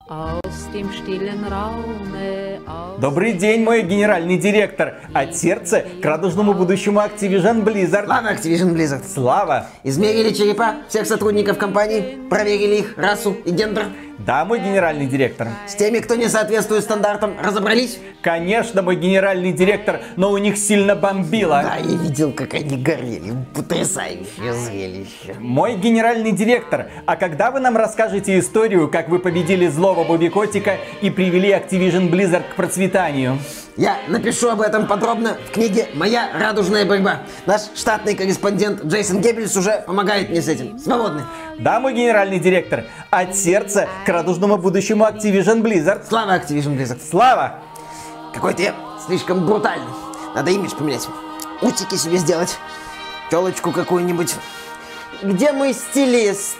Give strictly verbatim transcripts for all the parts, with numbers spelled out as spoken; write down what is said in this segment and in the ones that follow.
aus dem stillen Raume. Aus Добрый день, мой генеральный директор. От сердца к радужному будущему Activision Blizzard. Слава Activision Blizzard. Слава. Измерили черепа всех сотрудников компании, проверили их расу и гендер. Да, мой генеральный директор. С теми, кто не соответствует стандартам, разобрались? Конечно, мой генеральный директор, но у них сильно бомбило. Да, я видел, как они горели. Потрясающее зрелище. Мой генеральный директор, а когда вы нам расскажете историю, как вы победили злого Бобби Котика и привели Activision Blizzard к процветанию? Я напишу об этом подробно в книге «Моя радужная борьба». Наш штатный корреспондент Джейсон Геббельс уже помогает мне с этим. Свободны. Да, мой генеральный директор. От сердца к радужному будущему Activision Blizzard. Слава Activision Blizzard. Слава! Какой-то я слишком брутальный. Надо имидж поменять. Усики себе сделать. Телочку какую-нибудь. Где мой стилист?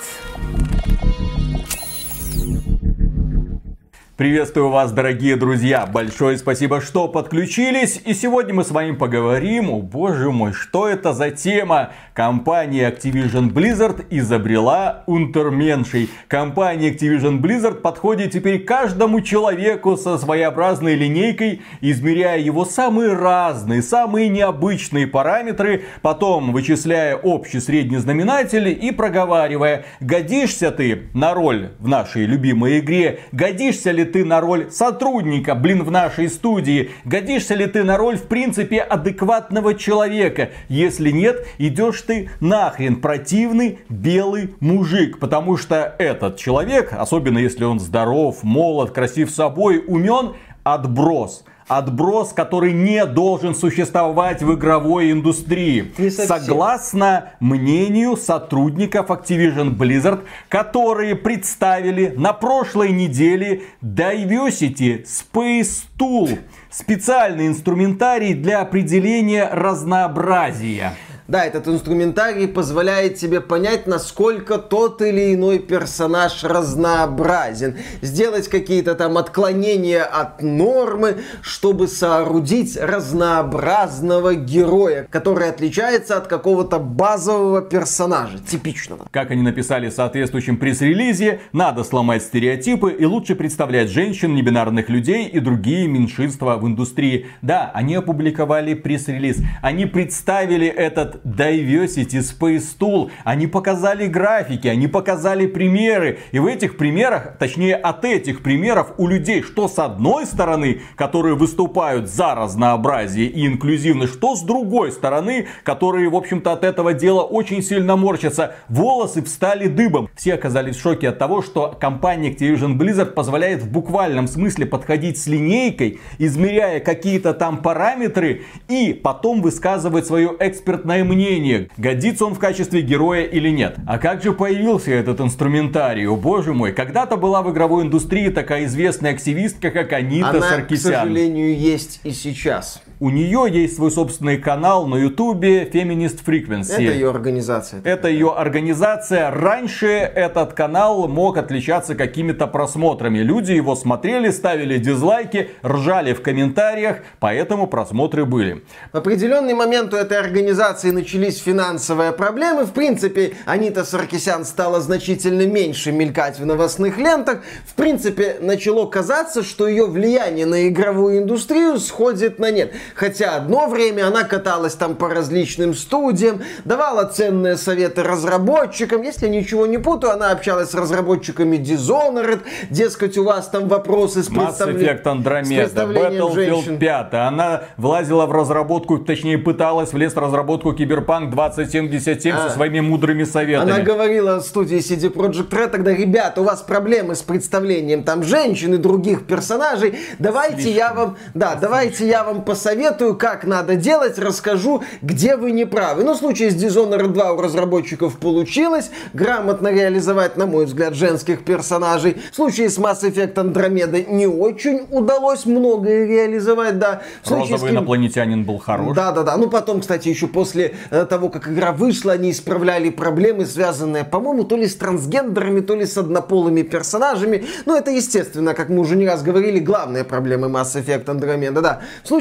Приветствую вас, дорогие друзья! Большое спасибо, что подключились. И сегодня мы с вами поговорим, о боже мой, что это за тема? Компания Activision Blizzard изобрела унтерменшей. Компания Activision Blizzard подходит теперь каждому человеку со своеобразной линейкой, измеряя его самые разные, самые необычные параметры, потом вычисляя общий средний знаменатель и проговаривая, годишься ты на роль в нашей любимой игре, годишься ли ты на роль сотрудника, блин, в нашей студии, годишься ли ты на роль, в принципе, адекватного человека. Если нет, идешь ты нахрен, противный белый мужик, потому что этот человек, особенно если он здоров, молод, красив собой, умен, отброс. Отброс, который не должен существовать в игровой индустрии. Согласно мнению сотрудников Activision Blizzard, которые представили на прошлой неделе Diversity Space Tool. Специальный инструментарий для определения разнообразия. Да, этот инструментарий позволяет тебе понять, насколько тот или иной персонаж разнообразен. Сделать какие-то там отклонения от нормы, чтобы соорудить разнообразного героя, который отличается от какого-то базового персонажа, типичного. Как они написали в соответствующем пресс-релизе, надо сломать стереотипы и лучше представлять женщин, небинарных людей и другие меньшинства в индустрии. Да, они опубликовали пресс-релиз. Они представили этот Diversity Space Tool. Они показали графики, они показали примеры. И в этих примерах, точнее от этих примеров у людей, что с одной стороны, которые выступают за разнообразие и инклюзивность, что с другой стороны, которые, в общем-то, от этого дела очень сильно морщатся, волосы встали дыбом. Все оказались в шоке от того, что компания Activision Blizzard позволяет в буквальном смысле подходить с линейкой, измеряя какие-то там параметры и потом высказывать свое экспертное мнение, годится он в качестве героя или нет. А как же появился этот инструментарий? О боже мой, когда-то была в игровой индустрии такая известная активистка, как Анита Она, Саркисян. к сожалению, есть и сейчас. У нее есть свой собственный канал на ютубе Feminist Frequency. Это ее организация. Это ее организация. Раньше этот канал мог отличаться какими-то просмотрами. Люди его смотрели, ставили дизлайки, ржали в комментариях, поэтому просмотры были. В определенный момент у этой организации начались финансовые проблемы. В принципе, Анита Саркисян стала значительно меньше мелькать в новостных лентах. В принципе, начало казаться, что ее влияние на игровую индустрию сходит на нет. Хотя одно время она каталась там по различным студиям, давала ценные советы разработчикам. Если ничего не путаю, она общалась с разработчиками Dishonored. Дескать, у вас там вопросы с представлением... Mass Effect Andromeda, Battlefield пять. Она влазила в разработку, точнее пыталась влезть в разработку Cyberpunk двадцать семьдесят семь а. со своими мудрыми советами. Она говорила студии си ди Projekt Red тогда: ребята, у вас проблемы с представлением там женщин и других персонажей. Давайте Слишком. я вам... Да, Слишком. давайте я вам посоветую. Советую, как надо делать, расскажу, где вы не правы. Но в случае с Dishonored два у разработчиков получилось грамотно реализовать, на мой взгляд, женских персонажей. В случае с Mass Effect Andromeda не очень удалось многое реализовать, да. В Розовый с Ким... инопланетянин был хорош. Да-да-да. Ну, потом, кстати, еще после того, как игра вышла, они исправляли проблемы, связанные, по-моему, то ли с трансгендерами, то ли с однополыми персонажами. Ну, это, естественно, как мы уже не раз говорили, главные проблемы Mass Effect Andromeda, да. В случае с Кибер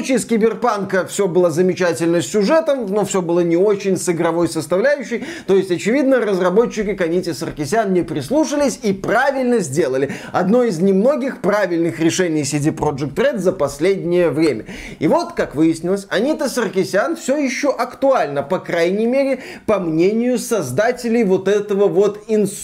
Киберпанка все было замечательно с сюжетом, но все было не очень с игровой составляющей. То есть, очевидно, разработчики к Аните Саркисян не прислушались и правильно сделали. Одно из немногих правильных решений си ди Projekt Red за последнее время. И вот, как выяснилось, Анита Саркисян все еще актуальна, по крайней мере, по мнению создателей вот этого вот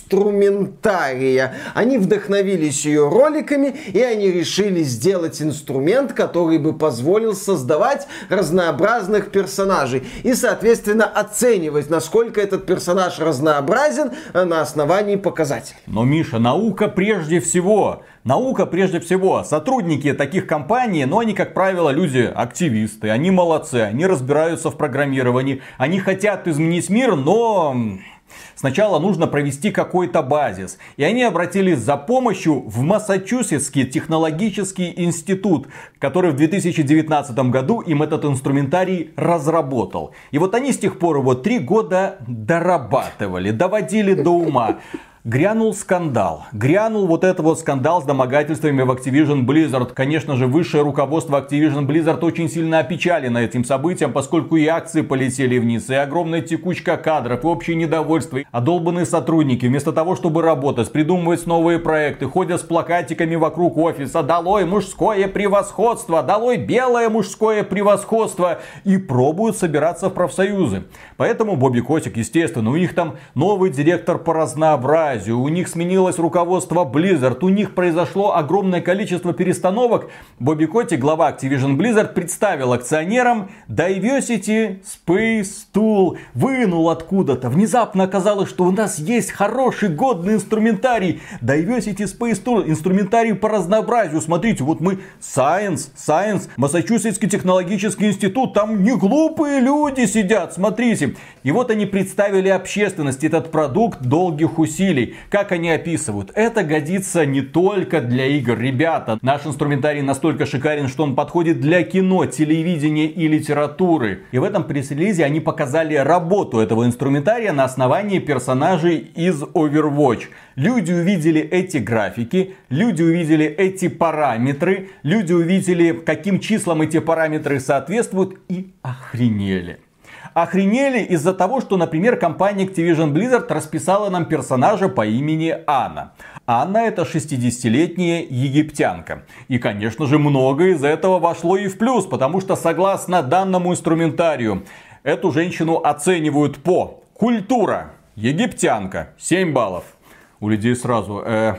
инструментария. Они вдохновились ее роликами, и они решили сделать инструмент, который бы позволил создавать разнообразных персонажей. И, соответственно, оценивать, насколько этот персонаж разнообразен на основании показателей. Но, Миша, наука прежде всего. Наука прежде всего. Сотрудники таких компаний, но они, как правило, люди-активисты. Они молодцы, они разбираются в программировании. Они хотят изменить мир, но... Сначала нужно провести какой-то базис. И они обратились за помощью в Массачусетский технологический институт, который в две тысячи девятнадцатом году им этот инструментарий разработал. И вот они с тех пор его три года дорабатывали, доводили до ума. Грянул скандал. Грянул вот этот вот скандал с домогательствами в Activision Blizzard. Конечно же, высшее руководство Activision Blizzard очень сильно опечалено этим событием, поскольку и акции полетели вниз, и огромная текучка кадров, и общее недовольство. А долбанные сотрудники, вместо того, чтобы работать, придумывать новые проекты, ходят с плакатиками вокруг офиса: «Долой мужское превосходство! Долой белое мужское превосходство!» И пробуют собираться в профсоюзы. Поэтому Бобби Котик, естественно, у них там новый директор по разнообразию. У них сменилось руководство Blizzard, у них произошло огромное количество перестановок. Бобби Котик, глава Activision Blizzard, представил акционерам Diversity Space Tool. Вынул откуда-то. Внезапно оказалось, что у нас есть хороший, годный инструментарий. Diversity Space Tool, инструментарий по разнообразию. Смотрите, вот мы Science, Science, Массачусетский технологический институт. Там не глупые люди сидят, смотрите. И вот они представили общественности этот продукт долгих усилий. Как они описывают? Это годится не только для игр. Ребята, наш инструментарий настолько шикарен, что он подходит для кино, телевидения и литературы. И в этом пресс-релизе они показали работу этого инструментария на основании персонажей из Overwatch. Люди увидели эти графики, люди увидели эти параметры, люди увидели, каким числам эти параметры соответствуют, и охренели. Охренели из-за того, что, например, компания Activision Blizzard расписала нам персонажа по имени Анна. Анна — это шестидесятилетняя египтянка. И, конечно же, многое из этого вошло и в плюс, потому что, согласно данному инструментарию, эту женщину оценивают по: культура, египтянка, семь баллов. У людей сразу... Э...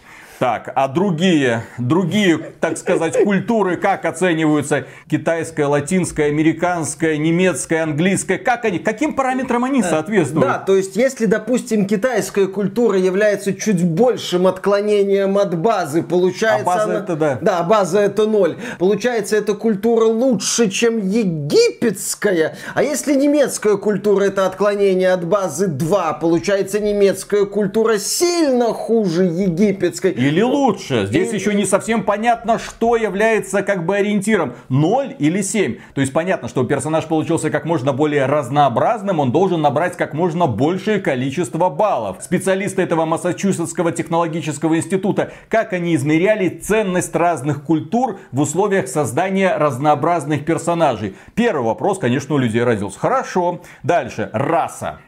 Так, а другие, другие, так сказать, культуры как оцениваются? Китайская, латинская, американская, немецкая, английская. Как они, каким параметрам они соответствуют? Да, то есть, если, допустим, китайская культура является чуть большим отклонением от базы, получается... А база она... это да. Да, база это ноль. Получается, эта культура лучше, чем египетская. А если немецкая культура это отклонение от базы два, получается, немецкая культура сильно хуже египетской. Или лучше. Здесь и... еще не совсем понятно, что является как бы ориентиром. ноль или семь. То есть понятно, что персонаж получился как можно более разнообразным. Он должен набрать как можно большее количество баллов. Специалисты этого Массачусетского технологического института, как они измеряли ценность разных культур в условиях создания разнообразных персонажей. Первый вопрос, конечно, у людей родился. Хорошо. Дальше. Раса.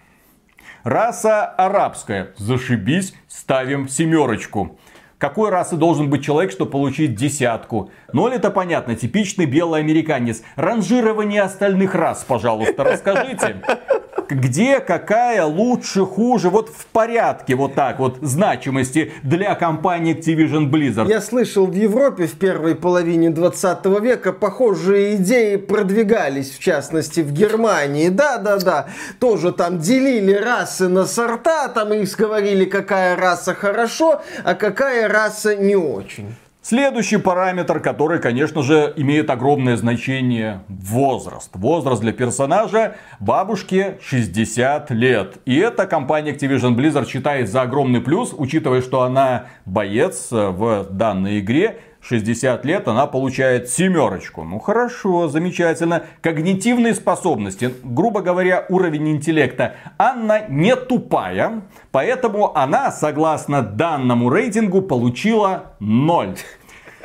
Раса арабская. Зашибись. Ставим семерочку. Какой расы должен быть человек, чтобы получить десятку? Ноль — это понятно, типичный белый американец. Ранжирование остальных рас, пожалуйста, расскажите. Где какая лучше, хуже, вот в порядке вот так вот значимости для компании Activision Blizzard. Я слышал, в Европе в первой половине двадцатого века похожие идеи продвигались, в частности в Германии. Да-да-да, тоже там делили расы на сорта, там их говорили, какая раса хорошо, а какая раса не очень. Следующий параметр, который, конечно же, имеет огромное значение — возраст. Возраст для персонажа бабушке шестьдесят лет. И эта компания Activision Blizzard считает за огромный плюс, учитывая, что она боец в данной игре. шестьдесят лет, она получает семерочку. Ну хорошо, замечательно. Когнитивные способности, грубо говоря, уровень интеллекта. Анна не тупая, поэтому она, согласно данному рейтингу, получила ноль.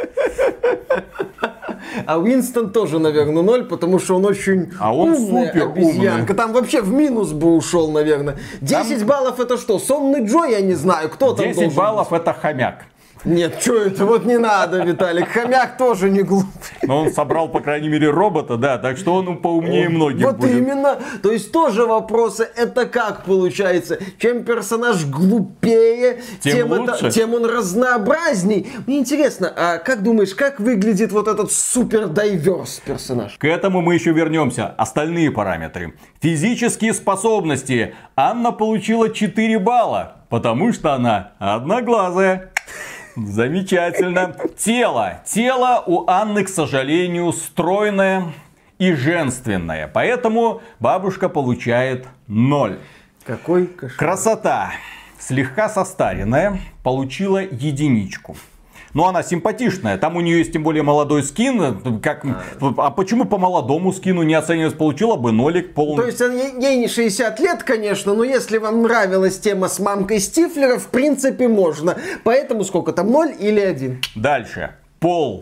А Уинстон тоже, наверное, ноль, потому что он очень а он умная супер обезьянка. умный. Там вообще в минус бы ушел, наверное. десять Там... баллов это что? Сонный Джо, я не знаю, кто там должен десять баллов быть? Это хомяк. Нет, что это? Вот не надо, Виталик. Хомяк тоже не глупый. Но он собрал, по крайней мере, робота, да, так что он поумнее многих Вот будет. именно. То есть тоже вопросы, это как получается? Чем персонаж глупее, Тем тем, лучше. это, тем он разнообразней. Мне интересно, а как думаешь, как выглядит вот этот супер дайверс персонаж? К этому мы еще вернемся. Остальные параметры. Физические способности. Анна получила четыре балла, потому что она одноглазая. Замечательно. Тело. Тело у Анны, к сожалению, стройное и женственное. Поэтому бабушка получает ноль. Какой кошмар. Красота. Слегка состаренная. Получила единичку. Но она симпатичная. Там у нее есть тем более молодой скин. Как... А, а почему по молодому скину не оценивалась? Получила бы нолик полный. То есть ей не шестьдесят лет, конечно, но если вам нравилась тема с мамкой Стифлера, в принципе можно. Поэтому сколько там, ноль или один? Дальше. Пол.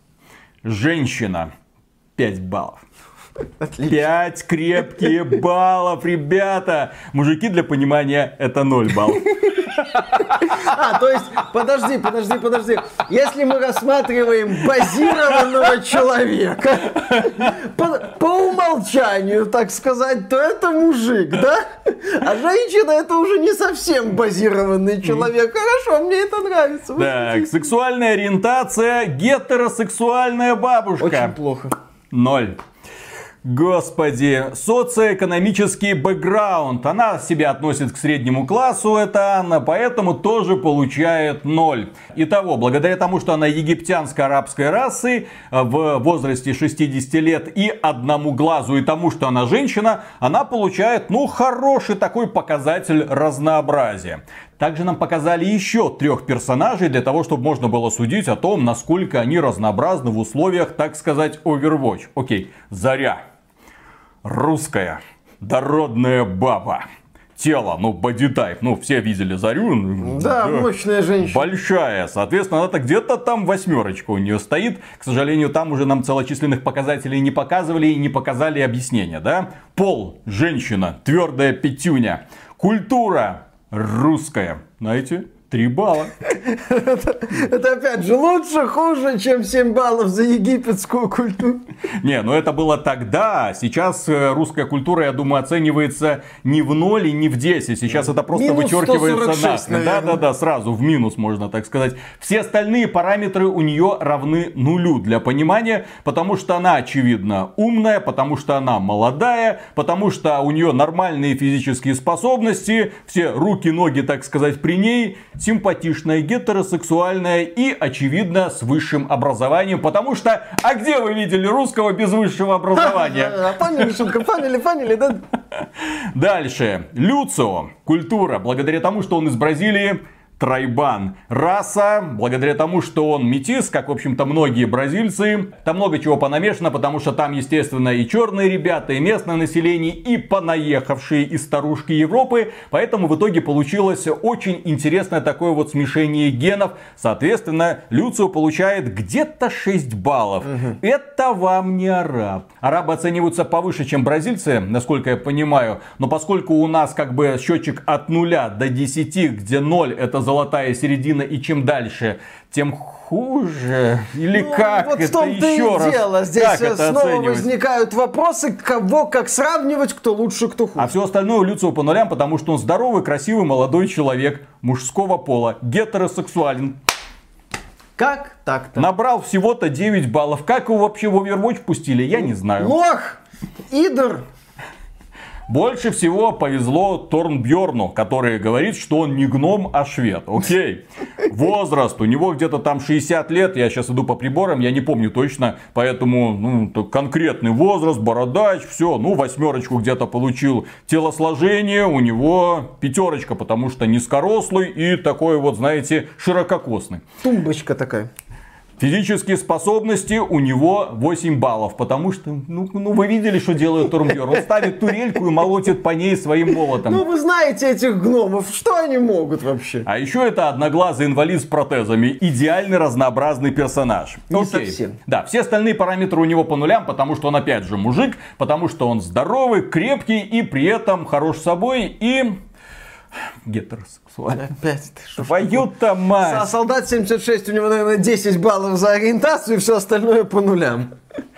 Женщина. пять баллов. Отлично. пять крепкие баллов, ребята. Мужики, для понимания, это ноль баллов. А, то есть, подожди, подожди, подожди. Если мы рассматриваем базированного человека, по, по умолчанию, так сказать, то это мужик, да? А женщина это уже не совсем базированный человек. Хорошо, мне это нравится. Так, сексуальная ориентация, гетеросексуальная бабушка. Очень плохо. Ноль. Господи, социоэкономический бэкграунд. Она себя относит к среднему классу, это Анна, поэтому тоже получает ноль. Итого, благодаря тому, что она египтянско-арабской расы, в возрасте шестидесяти лет и одному глазу, и тому, что она женщина, она получает, ну, хороший такой показатель разнообразия. Также нам показали еще трех персонажей для того, чтобы можно было судить о том, насколько они разнообразны в условиях, так сказать, Overwatch. Окей, Заря. Русская. Дородная баба. Тело, ну, бодитайп, ну, все видели Зарю. Да, да, мощная женщина. Большая, соответственно, она-то где-то там восьмерочка у нее стоит. К сожалению, там уже нам целочисленных показателей не показывали и не показали объяснения, да? Пол, женщина, твердая пятюня. Культура, русская, знаете, три балла. Это, это опять же лучше, хуже, чем семь баллов за египетскую культуру. Не, ну это было тогда. Сейчас русская культура, я думаю, оценивается не в ноль и не в десять. Сейчас это просто минус вычеркивается нафиг. Да-да-да, сразу в минус, можно так сказать. Все остальные параметры у нее равны нулю для понимания. Потому что она, очевидно, умная, потому что она молодая, потому что у нее нормальные физические способности. Все руки, ноги, так сказать, при ней. Симпатичная, гетеросексуальная и, очевидно, с высшим образованием. Потому что, а где вы видели русского без высшего образования? Поняли, шутка, поняли, поняли, да? Дальше. Люцио. Культура. Благодаря тому, что он из Бразилии. Трайбан. Раса, благодаря тому, что он метис, как, в общем-то, многие бразильцы. Там много чего понамешано, потому что там, естественно, и черные ребята, и местное население, и понаехавшие из старушки Европы. Поэтому в итоге получилось очень интересное такое вот смешение генов. Соответственно, Люцио получает где-то шесть баллов. Угу. Это вам не араб. Арабы оцениваются повыше, чем бразильцы, насколько я понимаю. Но поскольку у нас как бы счетчик от нуля до десяти, где ноль это золотая середина, и чем дальше, тем хуже. Или ну, как? Вот это в том-то еще и раз? дело. Здесь как это снова оценивать? возникают вопросы, кого как сравнивать, кто лучше, кто хуже. А все остальное у Люцио по нулям, потому что он здоровый, красивый, молодой человек, мужского пола, гетеросексуален. Как так-то? Набрал всего-то девять баллов. Как его вообще в Overwatch пустили, я не знаю. Лох! Идор! Больше всего повезло Торнбьорну, который говорит, что он не гном, а швед. Окей. Возраст. У него где-то там шестьдесят лет. Я сейчас иду по приборам, я не помню точно. Поэтому ну, конкретный возраст, бородач, все. Ну, восьмерочку где-то получил. Телосложение у него пятерочка, потому что низкорослый и такой вот, знаете, ширококосный. Тумбочка такая. Физические способности у него восемь баллов, потому что, ну, ну вы видели, что делает Турмгер. Он ставит турельку и молотит по ней своим молотом. Ну вы знаете этих гномов, что они могут вообще? А еще это одноглазый инвалид с протезами. Идеальный разнообразный персонаж. Не Окей. совсем. Да, все остальные параметры у него по нулям, потому что он опять же мужик, потому что он здоровый, крепкий и при этом хорош собой и... гетеросексуальный. Опять ты что? Твою-то мать! А солдат семьдесят шесть, у него, наверное, десять баллов за ориентацию, и все остальное по нулям.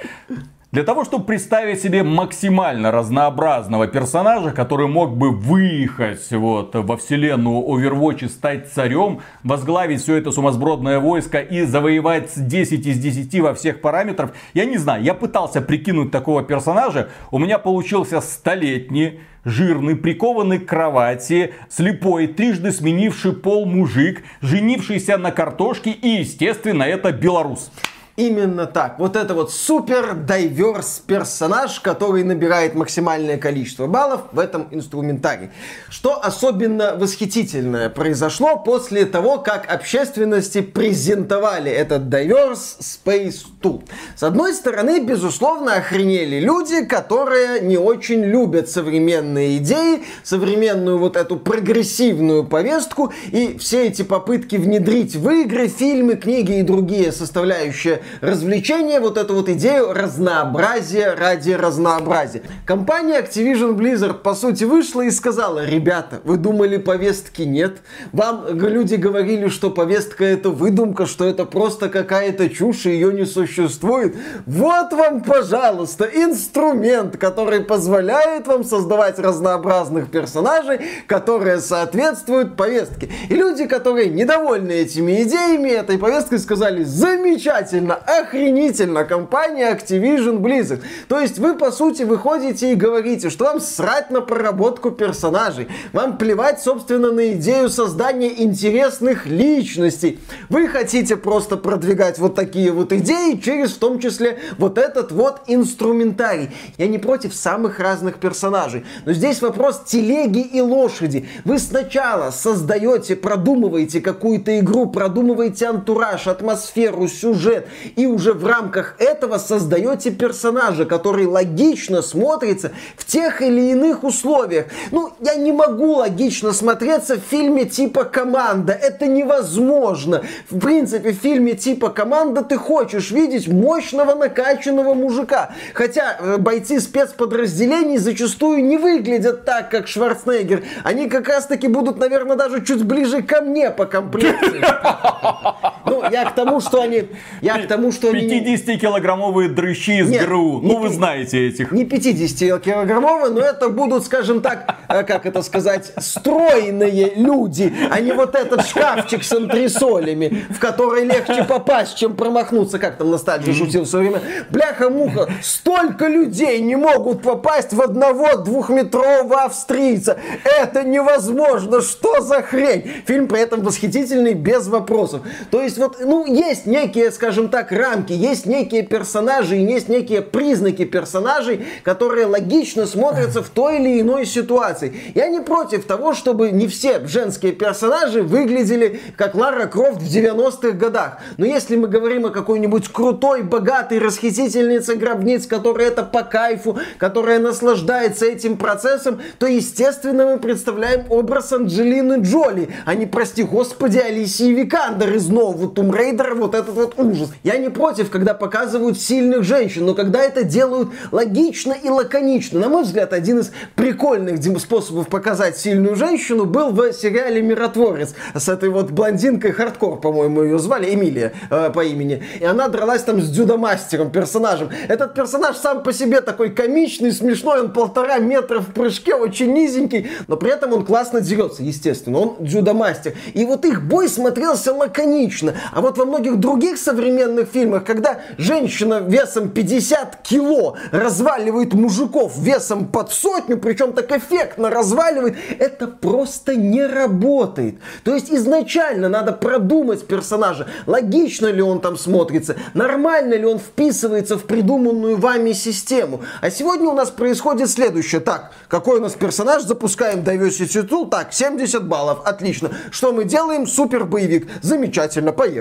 Для того, чтобы представить себе максимально разнообразного персонажа, который мог бы выехать вот, во вселенную Overwatch и стать царем, возглавить все это сумасбродное войско и завоевать десять из десяти во всех параметрах, я не знаю, я пытался прикинуть такого персонажа, у меня получился столетний, жирный, прикованный к кровати, слепой, трижды сменивший пол мужик, женившийся на картошке и, естественно, это белорус. Именно так. Вот это вот супер дайверс персонаж, который набирает максимальное количество баллов в этом инструментарии. Что особенно восхитительное произошло после того, как общественности презентовали этот дайверс Space Tool. С одной стороны, безусловно, охренели люди, которые не очень любят современные идеи, современную вот эту прогрессивную повестку и все эти попытки внедрить в игры, фильмы, книги и другие составляющие развлечения, вот эту вот идею разнообразия ради разнообразия. Компания Activision Blizzard, по сути, вышла и сказала: ребята, вы думали, повестки нет? Вам люди говорили, что повестка это выдумка, что это просто какая-то чушь, и ее не существует. Вот вам, пожалуйста, инструмент, который позволяет вам создавать разнообразных персонажей, которые соответствуют повестке. И люди, которые недовольны этими идеями, этой повесткой, сказали: замечательно, охренительно, компания Activision Blizzard. То есть вы, по сути, выходите и говорите, что вам срать на проработку персонажей, вам плевать, собственно, на идею создания интересных личностей. Вы хотите просто продвигать вот такие вот идеи через, в том числе, вот этот вот инструментарий. Я не против самых разных персонажей, но здесь вопрос телеги и лошади. Вы сначала создаете, продумываете какую-то игру, продумываете антураж, атмосферу, сюжет, и уже в рамках этого создаете персонажа, который логично смотрится в тех или иных условиях. Ну, я не могу логично смотреться в фильме типа «Команда». Это невозможно. В принципе, в фильме типа «Команда» ты хочешь видеть мощного накачанного мужика. Хотя бойцы спецподразделений зачастую не выглядят так, как Шварценеггер. Они как раз таки будут, наверное, даже чуть ближе ко мне по комплекции. Ну, я к тому, что они... Я к тому, что пятидесятикилограммовые дрыщи из ГРУ. Ну, вы знаете этих. Не пятидесятикилограммовые, но это будут, скажем так, как это сказать, стройные люди, а не вот этот шкафчик с антресолями, в который легче попасть, чем промахнуться. Как там Ностальгия шутил в свое время. Бляха-муха, столько людей не могут попасть в одного двухметрового австрийца. Это невозможно. Что за хрень? Фильм при этом восхитительный, без вопросов. То есть вот, ну, есть некие, скажем так, рамки, есть некие персонажи и есть некие признаки персонажей, которые логично смотрятся в той или иной ситуации. Я не против того, чтобы не все женские персонажи выглядели как Лара Крофт в девяностых годах. Но если мы говорим о какой-нибудь крутой, богатой расхитительнице гробниц, которая это по кайфу, которая наслаждается этим процессом, то, естественно, мы представляем образ Анджелины Джоли, а не, прости господи, Алисии Викандер из нового Tomb Raider, вот этот вот ужас. Я не против, когда показывают сильных женщин, но когда это делают логично и лаконично. На мой взгляд, один из прикольных способов показать сильную женщину был в сериале «Миротворец» с этой вот блондинкой Хардкор, по-моему, ее звали, Эмилия э, по имени. И она дралась там с дзюдомастером, персонажем. Этот персонаж сам по себе такой комичный, смешной, он полтора метра в прыжке, очень низенький, но при этом он классно дерется, естественно, он дзюдомастер. И вот их бой смотрелся лаконично. А вот во многих других современных фильмах, когда женщина весом пятьдесят кило разваливает мужиков весом под сотню, причем так эффектно разваливает, это просто не работает. То есть изначально надо продумать персонажа, логично ли он там смотрится, нормально ли он вписывается в придуманную вами систему. А сегодня у нас происходит следующее. Так, какой у нас персонаж? Запускаем Diversity Tool. Так, семьдесят баллов. Отлично. Что мы делаем? Супер боевик. Замечательно. Поехали.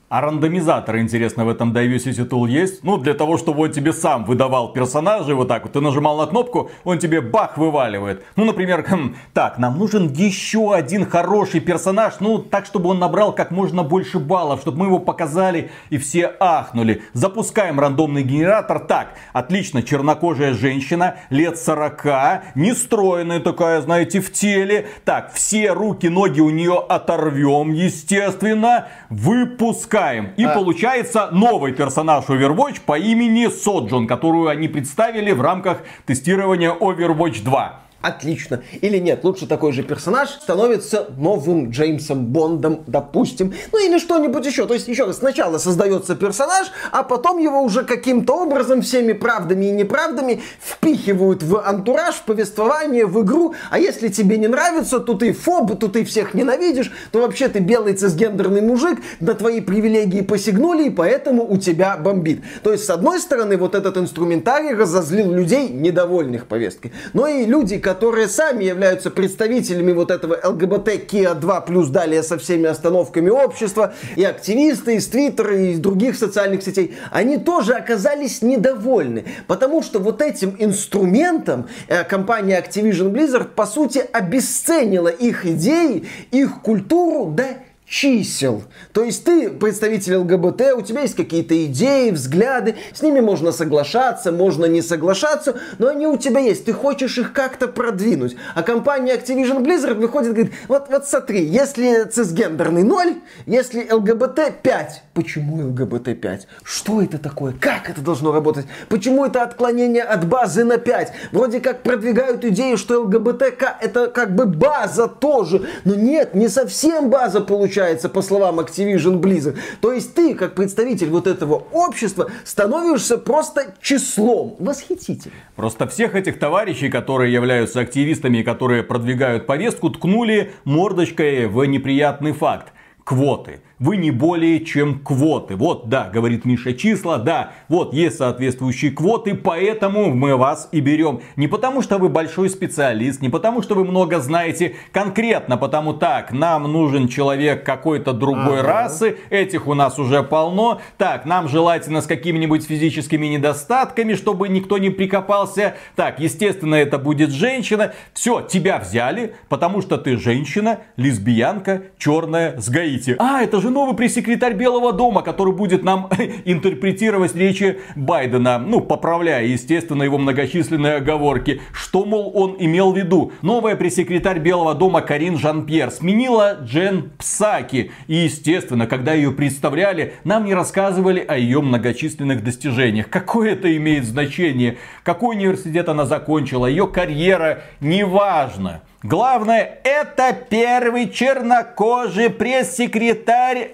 А рандомизатор, интересно, в этом Diversity Tool есть? Ну, для того, чтобы он тебе сам выдавал персонажей вот так вот. Ты нажимал на кнопку, он тебе бах вываливает. Ну, например, хм, так, нам нужен еще один хороший персонаж. Ну, так, чтобы он набрал как можно больше баллов, чтобы мы его показали и все ахнули. Запускаем рандомный генератор. Так, отлично, чернокожая женщина, лет сорока, нестройная такая, знаете, в теле. Так, все руки, ноги у нее оторвем, естественно. Выпускаем. И а... получается новый персонаж Overwatch по имени Соджон, которую они представили в рамках тестирования Overwatch два. Отлично. Или нет, лучше такой же персонаж становится новым Джеймсом Бондом, допустим. Ну или что-нибудь еще. То есть, еще раз, сначала создается персонаж, а потом его уже каким-то образом всеми правдами и неправдами впихивают в антураж, в повествование, в игру. А если тебе не нравится, то ты фоб, то ты всех ненавидишь, то вообще ты белый цисгендерный мужик, на твои привилегии посягнули, и поэтому у тебя бомбит. То есть, с одной стороны, вот этот инструментарий разозлил людей, недовольных повесткой. Но и люди, которые сами являются представителями вот этого ЛГБТ-Киа два плюс далее со всеми остановками общества, и активисты из Твиттера, и из других социальных сетей, они тоже оказались недовольны. Потому что вот этим инструментом э, компания Activision Blizzard по сути обесценила их идеи, их культуру до чисел. То есть ты представитель ЛГБТ, у тебя есть какие-то идеи, взгляды, с ними можно соглашаться, можно не соглашаться, но они у тебя есть, ты хочешь их как-то продвинуть. А компания Activision Blizzard выходит и говорит, вот, вот смотри, если цисгендерный ноль, если ЛГБТ пять. Почему ЛГБТ пять? Что это такое? Как это должно работать? Почему это отклонение от базы на пять? Вроде как продвигают идею, что ЛГБТК это как бы база тоже. Но нет, не совсем база получается. По словам Activision Blizzard. То есть ты, как представитель вот этого общества, становишься просто числом. Восхитительно. Просто всех этих товарищей, которые являются активистами, которые продвигают повестку, ткнули мордочкой в неприятный факт. Квоты. Вы не более чем квоты. Вот, да, говорит Миша, числа, да, вот есть соответствующие квоты, поэтому мы вас и берем. Не потому, что вы большой специалист, не потому, что вы много знаете, конкретно потому так, нам нужен человек какой-то другой ага. расы, этих у нас уже полно, так, нам желательно с какими-нибудь физическими недостатками, чтобы никто не прикопался, так, естественно, это будет женщина, все, тебя взяли, потому что ты женщина, лесбиянка, черная, с Гаити. А, это же новый пресс-секретарь Белого дома, который будет нам интерпретировать речи Байдена, ну, поправляя, естественно, его многочисленные оговорки. Что, мол, он имел в виду? Новая пресс-секретарь Белого дома Карин Жан-Пьер сменила Джен Псаки. И, естественно, когда ее представляли, нам не рассказывали о ее многочисленных достижениях. Какое это имеет значение? Какой университет она закончила? Ее карьера? Неважно. Главное, это первый чернокожий пресс-секретарь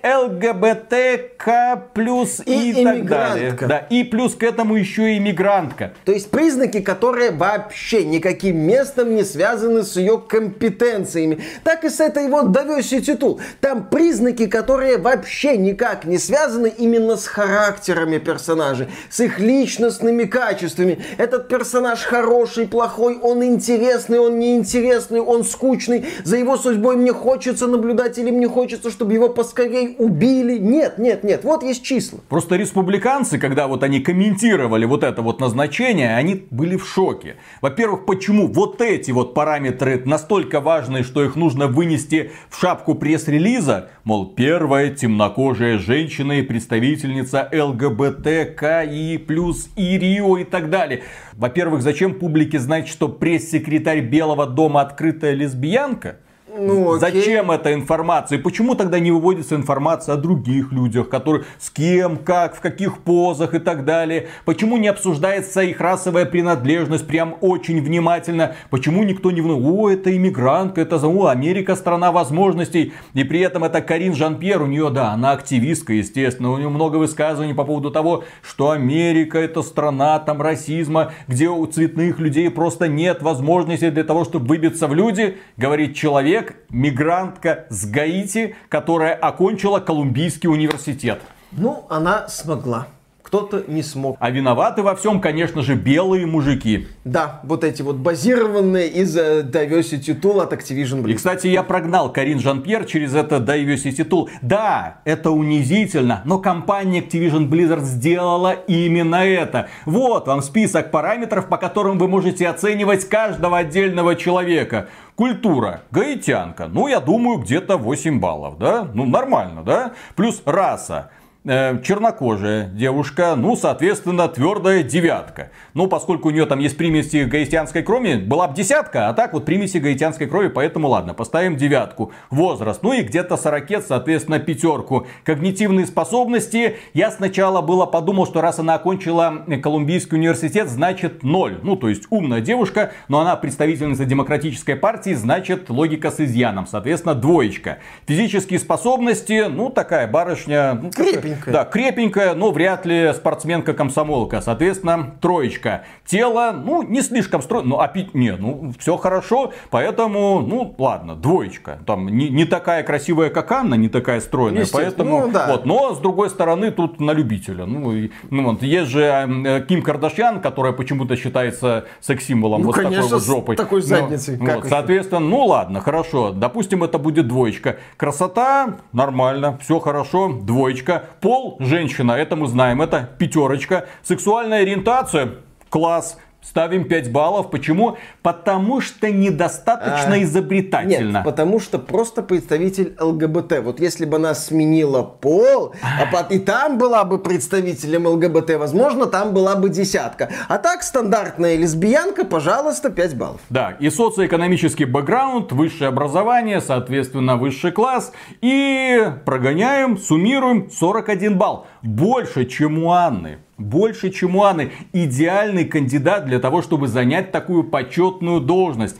ЛГБТК плюс и, и так далее. Да, и плюс к этому еще и иммигрантка. То есть признаки, которые вообще никаким местом не связаны с ее компетенциями. Так и с этой вот Diversity Tool. Там признаки, которые вообще никак не связаны именно с характерами персонажей, с их личностными качествами. Этот персонаж хороший, плохой, он интересный, он неинтересный, он скучный, за его судьбой мне хочется наблюдать или мне хочется, чтобы его поскорей убили. Нет, нет, нет, вот есть числа. Просто республиканцы, когда вот они комментировали вот это вот назначение, они были в шоке. Во-первых, почему вот эти вот параметры настолько важны, что их нужно вынести в шапку пресс-релиза? Мол, первая темнокожая женщина и представительница ЛГБТКИ плюс и Рио и так далее. Во-первых, зачем публике знать, что пресс-секретарь Белого дома открытая лесбиянка? Ну, зачем эта информация? И почему тогда не выводится информация о других людях, которые с кем, как, в каких позах и так далее? Почему не обсуждается их расовая принадлежность прям очень внимательно? Почему никто не вносит? О, это иммигрантка, это о, Америка страна возможностей. И при этом это Карин Жан-Пьер, у нее, да, она активистка, естественно, у нее много высказываний по поводу того, что Америка это страна там расизма, где у цветных людей просто нет возможности для того, чтобы выбиться в люди, говорит человек, мигрантка с Гаити, которая окончила Колумбийский университет. Ну, она смогла. кто-то не смог. А виноваты во всем, конечно же, белые мужики. Да, вот эти вот базированные из Diversity Tool от Activision Blizzard. И, кстати, я прогнал Карин Жан-Пьер через это Diversity Tool. Да, это унизительно, но компания Activision Blizzard сделала именно это. Вот вам список параметров, по которым вы можете оценивать каждого отдельного человека. Культура, гаитянка, ну я думаю где-то восемь баллов, да? Ну нормально, да? Плюс раса. Чернокожая девушка, ну, соответственно, твердая девятка. Ну, поскольку у нее там есть примеси гаитянской крови, была бы десятка, а так вот примеси гаитянской крови, поэтому ладно, поставим девятку. Возраст, ну и где-то сорокет, соответственно, пятерку. Когнитивные способности, я сначала было подумал, что раз она окончила Колумбийский университет, значит ноль. Ну, то есть умная девушка, но она представительница демократической партии, значит логика с изъяном, соответственно, двоечка. Физические способности, ну, такая барышня... Ну, крепенькая. Да, крепенькая, но вряд ли спортсменка-комсомолка. Соответственно, троечка. Тело, ну, не слишком стройное. Ну, опять, не, ну, все хорошо. Поэтому, ну, ладно, двоечка. Там не, не такая красивая, как Анна, не такая стройная. Поэтому, ну, да. вот, но, с другой стороны, тут на любителя. Ну, и, ну вот, есть же э, Ким Кардашьян, которая почему-то считается секс-символом. Ну, вот конечно, с такой вот жопой. С такой задницей. Ну, вот, соответственно, ну, ладно, хорошо. Допустим, это будет двоечка. Красота, нормально, все хорошо, двоечка. Пол, женщина, это мы знаем, это пятерочка. Сексуальная ориентация, класс. Ставим пять баллов. Почему? Потому что недостаточно а, изобретательно. Нет, потому что просто представитель ЛГБТ. Вот если бы она сменила пол, а и там была бы представителем ЛГБТ, возможно, там была бы десятка. А так, стандартная лесбиянка, пожалуйста, пять баллов. Да, и социоэкономический бэкграунд, высшее образование, соответственно, высший класс. И прогоняем, суммируем сорок один балл. Больше, чем у Анны. Больше, чем у Анны. Идеальный кандидат для того, чтобы занять такую почетную должность.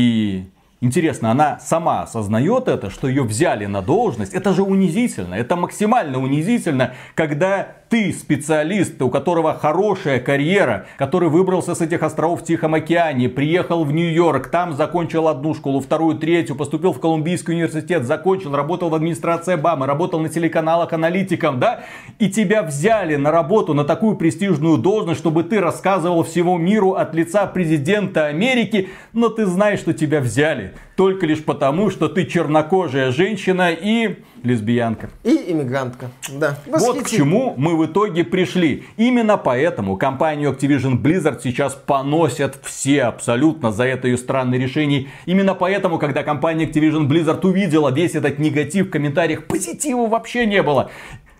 И интересно, она сама осознает это, что ее взяли на должность. Это же унизительно. Это максимально унизительно, когда ты специалист, у которого хорошая карьера, который выбрался с этих островов в Тихом океане, приехал в Нью-Йорк, там закончил одну школу, вторую, третью, поступил в Колумбийский университет, закончил, работал в администрации Обамы, работал на телеканалах аналитиком, да? И тебя взяли на работу на такую престижную должность, чтобы ты рассказывал всему миру от лица президента Америки, но ты знаешь, что тебя взяли только лишь потому, что ты чернокожая женщина и лесбиянка. И иммигрантка, да. Вот к чему мы в итоге пришли. Именно поэтому компанию Activision Blizzard сейчас поносят все абсолютно за это ее странное решение. Именно поэтому, когда компания Activision Blizzard увидела весь этот негатив в комментариях, позитива вообще не было.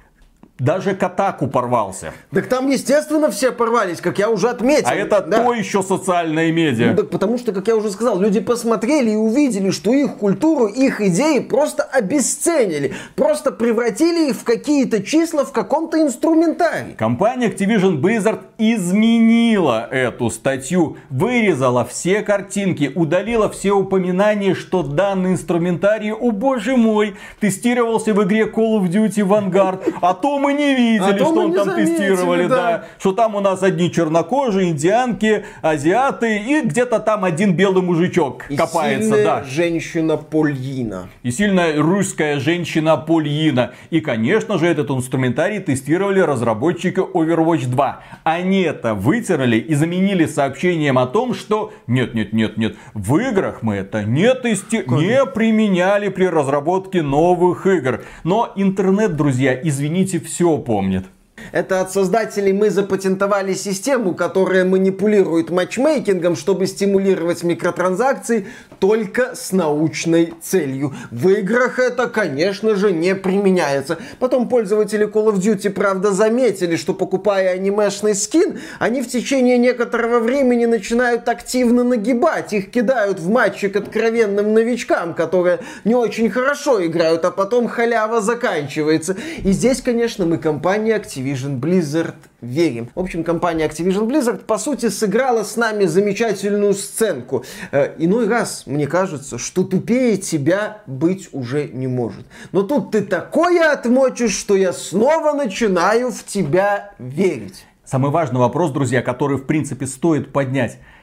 Даже Котаку порвался. Так там, естественно, все порвались, как я уже отметил. А это да. то еще социальное медиа. Ну, так потому что, как я уже сказал, люди посмотрели и увидели, что их культуру, их идеи просто обесценили. Просто превратили их в какие-то числа в каком-то инструментарии. Компания Activision Blizzard изменила эту статью. Вырезала все картинки, удалила все упоминания, что данный инструментарий, о боже мой, тестировался в игре Call of Duty Vanguard. А то мы не видели, а что он там заметили, тестировали, да. да. Что там у нас одни чернокожие, индианки, азиаты и где-то там один белый мужичок и копается. Сильная да. женщина Польина. И сильная русская женщина Польина. И, конечно же, этот инструментарий тестировали разработчики Overwatch два. Они это вытерли и заменили сообщением о том, что нет, нет, нет, нет, в играх мы это не тести... не применяли при разработке новых игр. Но интернет, друзья, извините, все помнит. Это от создателей мы запатентовали систему, которая манипулирует матчмейкингом, чтобы стимулировать микротранзакции только с научной целью. В играх это, конечно же, не применяется. Потом пользователи Call of Duty, правда, заметили, что покупая анимешный скин, они в течение некоторого времени начинают активно нагибать. Их кидают в матчи к откровенным новичкам, которые не очень хорошо играют, а потом халява заканчивается. И здесь, конечно, мы компания Activision Blizzard верим. В общем, компания Activision Blizzard, по сути, сыграла с нами замечательную сценку. Э, иной раз, мне кажется, что тупее тебя быть уже не может. Но тут ты такое отмочишь, что я снова начинаю в тебя верить. Самый важный вопрос, друзья, который, в принципе, стоит поднять.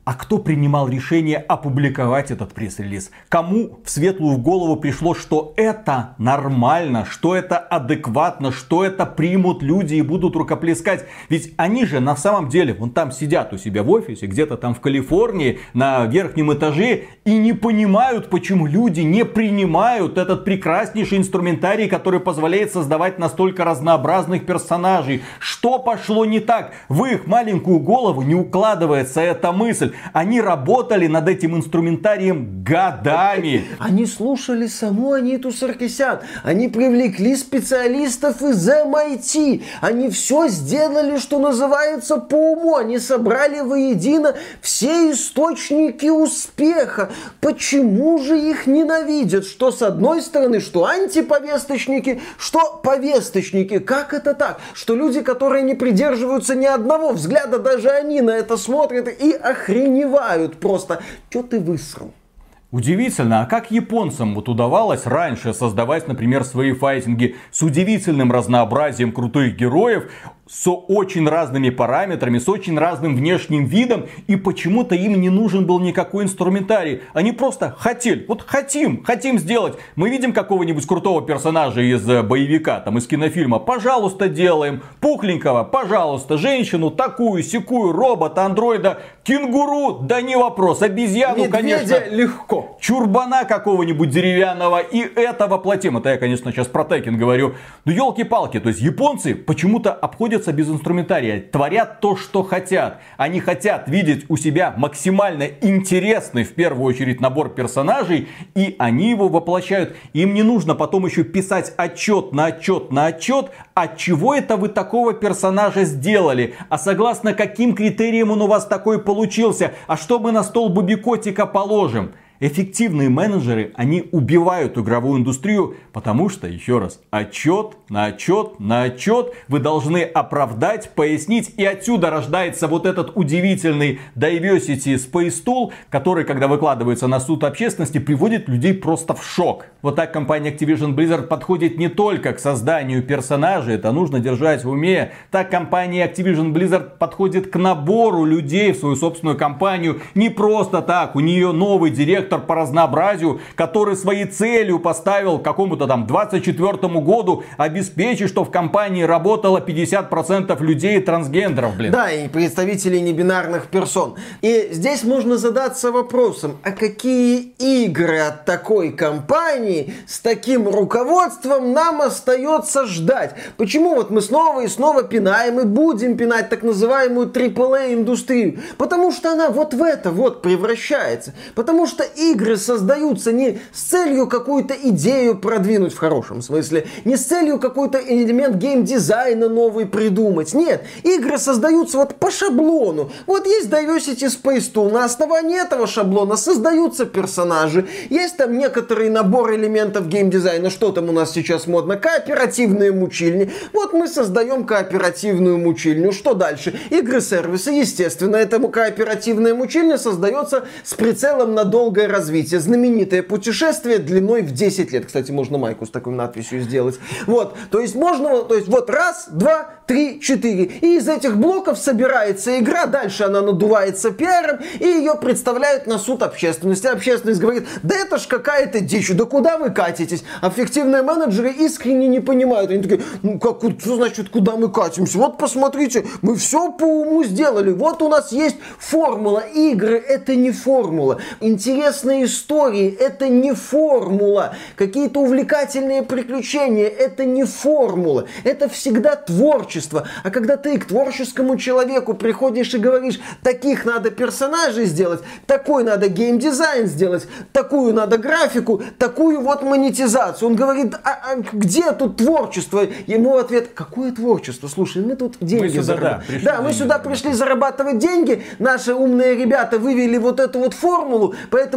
А кто принимал решение опубликовать этот пресс-релиз? Кому в светлую голову пришло, что это нормально, что это адекватно, что это примут люди и будут рукоплескать? Ведь они же на самом деле вон там сидят у себя в офисе, где-то там в Калифорнии, на верхнем этаже, и не понимают, почему люди не принимают этот прекраснейший инструментарий, который позволяет создавать настолько разнообразных персонажей. Что пошло не так? В их маленькую голову не укладывается эта мысль. Они работали над этим инструментарием годами. Они слушали саму Аниту Саркисян. Они привлекли специалистов из эм ай ти. Они все сделали, что называется, по уму. Они собрали воедино все источники успеха. Почему же их ненавидят? Что с одной стороны, что антиповесточники, что повесточники. Как это так? Что люди, которые не придерживаются ни одного взгляда, даже они на это смотрят и охреневают просто. Чё ты высрал? Удивительно, а как японцам вот удавалось раньше создавать, например, свои файтинги с удивительным разнообразием крутых героев, с очень разными параметрами, с очень разным внешним видом, и почему-то им не нужен был никакой инструментарий. Они просто хотели, вот хотим, хотим сделать. Мы видим какого-нибудь крутого персонажа из боевика, там из кинофильма, пожалуйста, делаем. Пухленького, пожалуйста, женщину, такую, сякую, робота, андроида, кенгуру, да не вопрос, обезьяну, Медведя конечно. легко. Чурбана какого-нибудь деревянного, и это воплотим. Это я, конечно, сейчас про Tekken говорю. Ну, елки-палки, то есть японцы почему-то обходят без инструментария, творят то, что хотят. Они хотят видеть у себя максимально интересный, в первую очередь, набор персонажей, и они его воплощают. Им не нужно потом еще писать отчет на отчет на отчет, от чего это вы такого персонажа сделали, а согласно каким критериям он у вас такой получился, а что мы на стол Бубикотика положим. Эффективные менеджеры, они убивают игровую индустрию, потому что, еще раз, отчет на отчет на отчет вы должны оправдать, пояснить, и отсюда рождается вот этот удивительный Diversity Space Tool, который, когда выкладывается на суд общественности, приводит людей просто в шок. Вот так компания Activision Blizzard подходит не только к созданию персонажей, это нужно держать в уме, так компания Activision Blizzard подходит к набору людей в свою собственную компанию, не просто так, у нее новый директор по разнообразию, который своей целью поставил к какому-то там двадцать четвёртому году обеспечить, что в компании работало пятьдесят процентов людей трансгендеров, блин. Да, и представителей небинарных персон. И здесь можно задаться вопросом, а какие игры от такой компании с таким руководством нам остается ждать? Почему вот мы снова и снова пинаем и будем пинать так называемую трипл эй индустрию? Потому что она вот в это вот превращается. Потому что игры создаются не с целью какую-то идею продвинуть в хорошем смысле, не с целью какой-то элемент геймдизайна новый придумать. Нет, игры создаются вот по шаблону. Вот есть Diversity Space Tool, на основании этого шаблона создаются персонажи. Есть там некоторый набор элементов геймдизайна, что там у нас сейчас модно, кооперативные мучильни. Вот мы создаем кооперативную мучильню. Что дальше? Игры-сервисы, естественно, этому кооперативная мучильня создается с прицелом на долгое развитие. Знаменитое путешествие длиной в десять лет. Кстати, можно майку с такой надписью сделать. Вот. То есть можно, то есть вот раз, два, три, четыре. И из этих блоков собирается игра. Дальше она надувается пиаром. И ее представляют на суд общественности. Общественность говорит, да это ж какая-то дичь. Да куда вы катитесь? Аффективные менеджеры искренне не понимают. Они такие, ну как, что значит, куда мы катимся? Вот посмотрите, мы все по уму сделали. Вот у нас есть формула. Игры это не формула. Интересные истории это не формула. Какие-то увлекательные приключения это не формула. Это всегда творчество. А когда ты к творческому человеку приходишь и говоришь, таких надо персонажей сделать, такой надо геймдизайн сделать, такую надо графику, такую вот монетизацию. Он говорит, а, а где тут творчество? Ему в ответ, какое творчество? Слушай, мы тут деньги мы сюда, зарабатываем. да, да, мы деньги сюда пришли зарабатывать деньги. Наши умные ребята вывели вот эту вот формулу, поэтому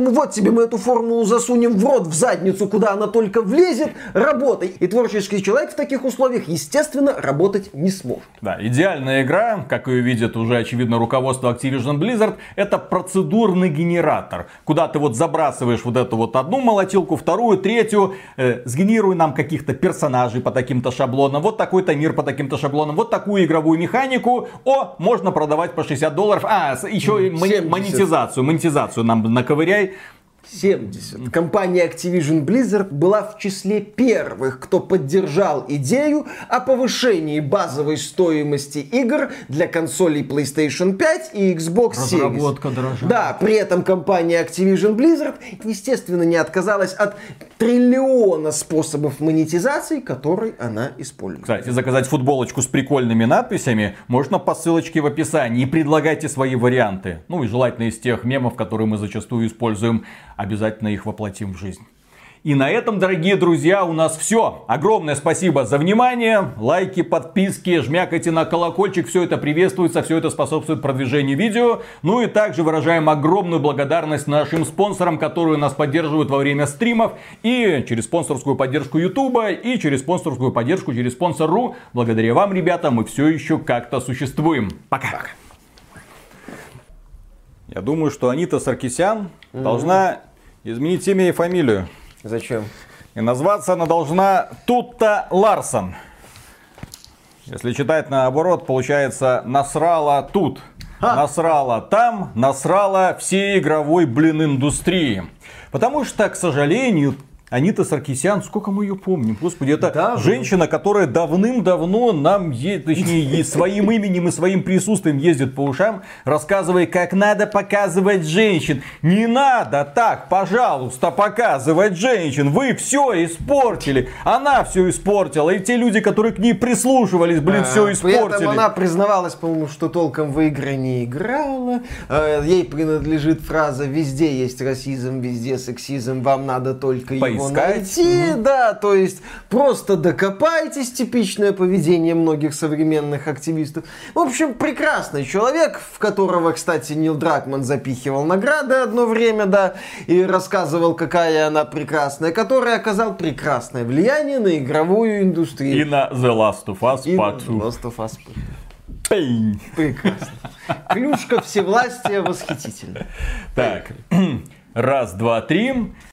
Поэтому вот тебе мы эту формулу засунем в рот, в задницу, куда она только влезет, работай. И творческий человек в таких условиях, естественно, работать не сможет. Да, идеальная игра, как ее видит уже очевидно руководство Activision Blizzard, это процедурный генератор, куда ты вот забрасываешь вот эту вот одну молотилку, вторую, третью, э, сгенерируй нам каких-то персонажей по таким-то шаблонам, вот такой-то мир по таким-то шаблонам, вот такую игровую механику, о, можно продавать по шестьдесят долларов, а, еще и мони- монетизацию, монетизацию нам наковыряй. семьдесят. Компания Activision Blizzard была в числе первых, кто поддержал идею о повышении базовой стоимости игр для консолей PlayStation пять и Xbox Series. Разработка дорожает. Да, при этом компания Activision Blizzard, естественно, не отказалась от триллиона способов монетизации, которые она использует. Кстати, заказать футболочку с прикольными надписями можно по ссылочке в описании. И предлагайте свои варианты. Ну и желательно из тех мемов, которые мы зачастую используем. Обязательно их воплотим в жизнь. И на этом, дорогие друзья, у нас все. Огромное спасибо за внимание. Лайки, подписки, жмякайте на колокольчик. Все это приветствуется, все это способствует продвижению видео. Ну и также выражаем огромную благодарность нашим спонсорам, которые нас поддерживают во время стримов. И через спонсорскую поддержку Ютуба, и через спонсорскую поддержку через спонсор точка ру. Благодаря вам, ребята, мы все еще как-то существуем. Пока. Я думаю, что Анита Саркисян mm-hmm. должна изменить имя и фамилию. Зачем? И назваться она должна Тутта Ларсон. Если читать наоборот, получается насрала тут, а? насрала там, насрала всей игровой, блин, индустрии. Потому что, к сожалению, Анита Саркисян, сколько мы ее помним, господи, это да, женщина, которая давным-давно нам, е- точнее, своим именем и своим присутствием ездит по ушам, рассказывая, как надо показывать женщин. Не надо так, пожалуйста, показывать женщин. Вы все испортили. Она все испортила. И те люди, которые к ней прислушивались, блин, а, все испортили. При этом она признавалась, по-моему, что толком в игры не играла. Ей принадлежит фраза «Везде есть расизм, везде сексизм, вам надо только его найти». Угу. Да, то есть просто докопайтесь, типичное поведение многих современных активистов. В общем, прекрасный человек, в которого, кстати, Нил Дракман запихивал награды одно время, да, и рассказывал, какая она прекрасная, который оказал прекрасное влияние на игровую индустрию. И на The Last of Us Part два. The Last of Us Part. Прекрасно. Клюшка всевластия восхитительна. Так, раз, два, три.